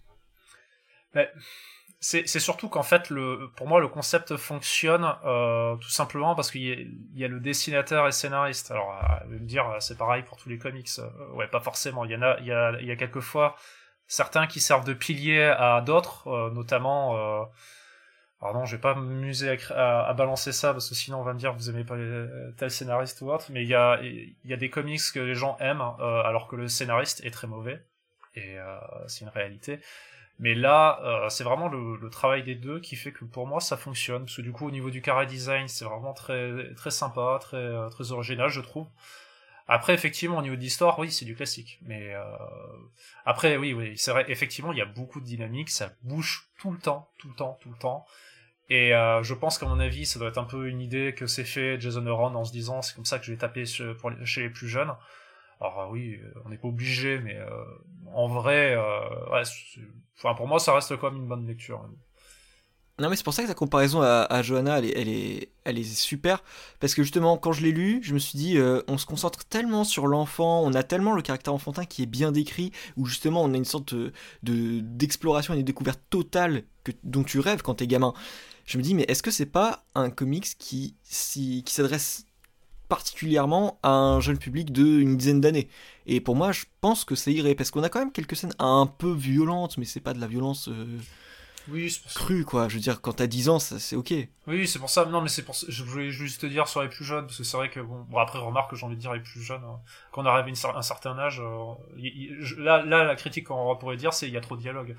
Mais c'est, c'est surtout qu'en fait, le, pour moi, le concept fonctionne euh, tout simplement parce qu'il y a, il y a le dessinateur et scénariste. Alors, euh, vous me dire, c'est pareil pour tous les comics. Euh, ouais, pas forcément. Il y en a, il y a, il y a quelques fois certains qui servent de pilier à d'autres, euh, notamment... Euh, alors non, je vais pas m'amuser à, à, à balancer ça parce que sinon on va me dire que vous aimez pas les, tel scénariste ou autre, mais il y a, il y a des comics que les gens aiment euh, alors que le scénariste est très mauvais et euh, c'est une réalité. Mais là, euh, c'est vraiment le, le travail des deux qui fait que pour moi ça fonctionne parce que du coup au niveau du chara design c'est vraiment très très sympa, très très original je trouve. Après effectivement au niveau de l'histoire oui c'est du classique, mais euh, après oui oui c'est vrai effectivement il y a beaucoup de dynamique, ça bouge tout le temps, tout le temps, tout le temps. Et euh, je pense qu'à mon avis, ça doit être un peu une idée que s'est fait Jason Aaron en se disant c'est comme ça que je vais taper chez, pour les, chez les plus jeunes. Alors euh, oui, on n'est pas obligé, mais euh, en vrai, euh, ouais, enfin, pour moi, ça reste quand même une bonne lecture. Non mais c'est pour ça que ta comparaison à, à Johanna, elle est, elle, est, elle est super, parce que justement, quand je l'ai lu, je me suis dit, euh, on se concentre tellement sur l'enfant, on a tellement le caractère enfantin qui est bien décrit, où justement on a une sorte de, de, d'exploration et de découverte totale que, dont tu rêves quand t'es gamin. Je me dis, mais est-ce que c'est pas un comics qui, si, qui s'adresse particulièrement à un jeune public d'une dizaine d'années? Et pour moi, je pense que c'est irait, parce qu'on a quand même quelques scènes un peu violentes, mais c'est pas de la violence... Euh... Oui, c'est pour ça. Cru quoi, je veux dire quand t'as dix ans ça, c'est ok. Oui c'est pour ça, non mais c'est pour ça, je voulais juste te dire sur les plus jeunes, parce que c'est vrai que bon, bon après remarque que j'ai envie de dire les plus jeunes, hein, quand on arrive à une, un certain âge, euh, y, y, je, là, là la critique qu'on pourrait dire c'est il y a trop de dialogue.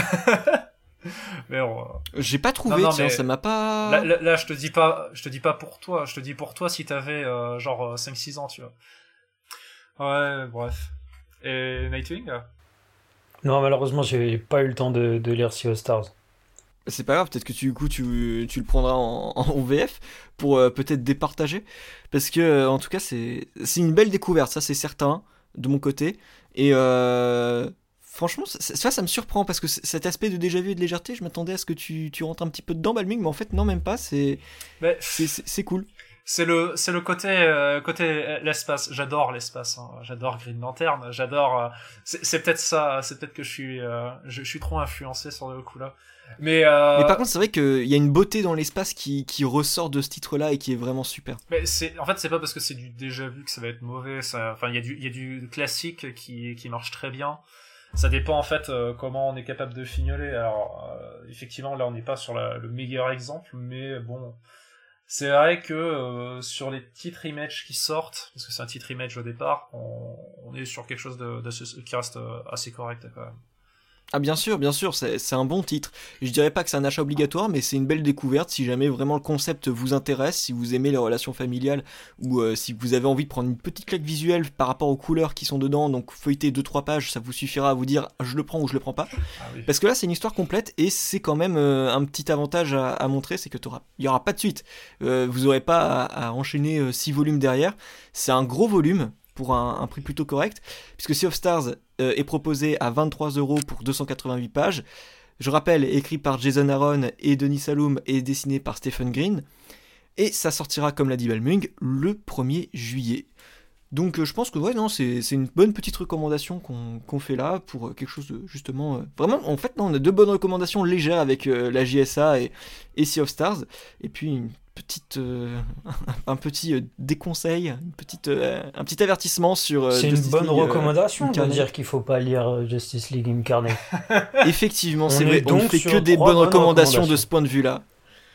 Mais bon, euh... j'ai pas trouvé, non, non, tiens, ça m'a pas... Là, là, là je te dis pas, je te dis pas pour toi, je te dis pour toi si t'avais euh, genre cinq six ans tu vois. Ouais bref. Et Nightwing? Non malheureusement j'ai pas eu le temps de, de lire Sea of Stars. C'est pas grave, peut-être que tu, du coup, tu, tu le prendras en, en V F pour euh, peut-être départager. Parce que, euh, en tout cas, c'est, c'est une belle découverte, ça c'est certain, de mon côté. Et euh, franchement, ça, ça, ça me surprend parce que cet aspect de déjà vu et de légèreté, je m'attendais à ce que tu, tu rentres un petit peu dedans, Balming, mais en fait, non, même pas, c'est, mais, c'est, c'est, c'est cool. c'est le c'est le côté euh, côté l'espace. J'adore l'espace. Hein. J'adore Green Lantern. J'adore. Euh, c'est, c'est peut-être ça. C'est peut-être que je suis euh, je, je suis trop influencé sur le coup là. Mais, euh... mais par contre, c'est vrai qu'il y a une beauté dans l'espace qui, qui ressort de ce titre-là et qui est vraiment super. Mais c'est, en fait, c'est pas parce que c'est du déjà vu que ça va être mauvais. Ça, enfin, il y a du, il y a du classique qui, qui marche très bien. Ça dépend en fait euh, comment on est capable de fignoler. Alors, euh, effectivement, là, on n'est pas sur la, le meilleur exemple, mais bon, c'est vrai que euh, sur les titres Image qui sortent, parce que c'est un titre Image au départ, on, on est sur quelque chose de, de, qui reste assez correct quand même. Ah bien sûr, bien sûr, c'est, c'est un bon titre. Je dirais pas que c'est un achat obligatoire, mais c'est une belle découverte si jamais vraiment le concept vous intéresse, si vous aimez les relations familiales, ou euh, si vous avez envie de prendre une petite claque visuelle par rapport aux couleurs qui sont dedans, donc feuilleter deux trois pages, ça vous suffira à vous dire je le prends ou je le prends pas. Ah oui. Parce que là c'est une histoire complète et c'est quand même euh, un petit avantage à, à montrer, c'est que il y aura pas de suite. Euh, vous aurez pas à, à enchaîner euh, six volumes derrière. C'est un gros volume pour un, un prix plutôt correct, puisque Sea of Stars euh, est proposé à vingt-trois euros pour deux cent quatre-vingt-huit pages. Je rappelle, écrit par Jason Aaron et Denis Saloum et dessiné par Stephen Green. Et ça sortira, comme l'a dit Balmung, le premier juillet. Donc euh, je pense que ouais, non, c'est, c'est une bonne petite recommandation qu'on, qu'on fait là pour euh, quelque chose de justement... Euh, vraiment, en fait, non, on a deux bonnes recommandations légères avec euh, la J S A et, et Sea of Stars. Et puis une petite, euh, un petit euh, déconseil, une petite, euh, un petit avertissement sur... Euh, c'est Justice une bonne League, recommandation euh, de dire qu'il ne faut pas lire euh, Justice League Incarnate. Effectivement, on c'est vrai, on ne fait que des bonnes recommandations, recommandations de ce point de vue-là.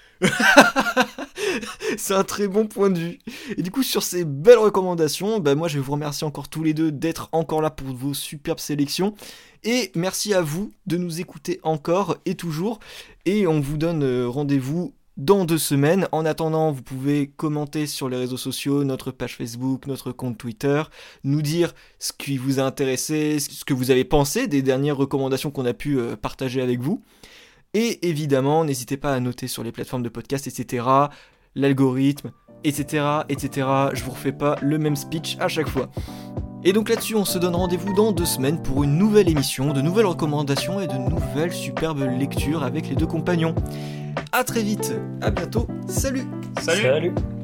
C'est un très bon point de vue. Et du coup, sur ces belles recommandations, bah moi je vais vous remercier encore tous les deux d'être encore là pour vos superbes sélections. Et merci à vous de nous écouter encore et toujours. Et on vous donne rendez-vous dans deux semaines. En attendant, vous pouvez commenter sur les réseaux sociaux, notre page Facebook, notre compte Twitter, nous dire ce qui vous a intéressé, ce que vous avez pensé des dernières recommandations qu'on a pu partager avec vous. Et évidemment, n'hésitez pas à noter sur les plateformes de podcast, et cetera, l'algorithme, et cetera, et cetera. Je vous refais pas le même speech à chaque fois. Et donc là-dessus, on se donne rendez-vous dans deux semaines pour une nouvelle émission, de nouvelles recommandations et de nouvelles superbes lectures avec les deux compagnons. A très vite, à bientôt, salut. Salut. Salut.